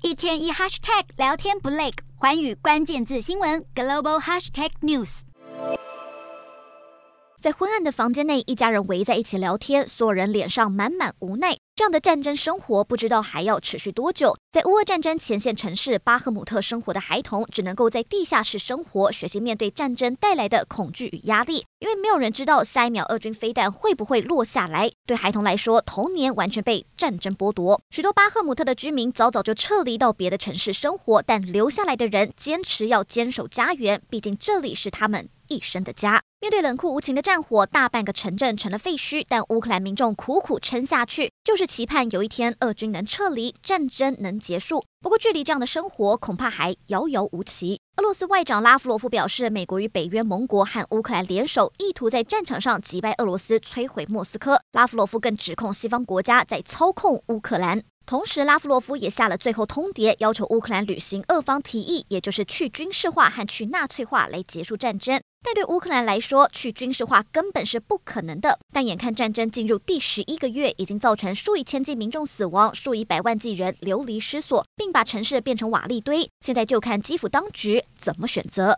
一天一 hashtag 聊天不累，寰宇关键字新闻 global hashtag news。 在昏暗的房间内，一家人围在一起聊天，所有人脸上满满无奈。这样的战争生活不知道还要持续多久。在乌俄战争前线城市巴赫姆特生活的孩童，只能够在地下室生活，学习面对战争带来的恐惧与压力。因为没有人知道下一秒俄军飞弹会不会落下来。对孩童来说，童年完全被战争剥夺。许多巴赫姆特的居民早早就撤离到别的城市生活，但留下来的人坚持要坚守家园，毕竟这里是他们一生的家。面对冷酷无情的战火，大半个城镇成了废墟，但乌克兰民众苦苦撑下去，就是期盼有一天俄军能撤离，战争能结束。不过距离这样的生活恐怕还遥遥无期。俄罗斯外长拉夫罗夫表示，美国与北约盟国和乌克兰联手，意图在战场上击败俄罗斯，摧毁莫斯科。拉夫罗夫更指控西方国家在操控乌克兰。同时，拉夫罗夫也下了最后通牒，要求乌克兰履行俄方提议，也就是去军事化和去纳粹化来结束战争。但对乌克兰来说，去军事化根本是不可能的。但眼看战争进入第11个月，已经造成数以千计民众死亡，数以百万计人流离失所，并把城市变成瓦砾堆。现在就看基辅当局怎么选择。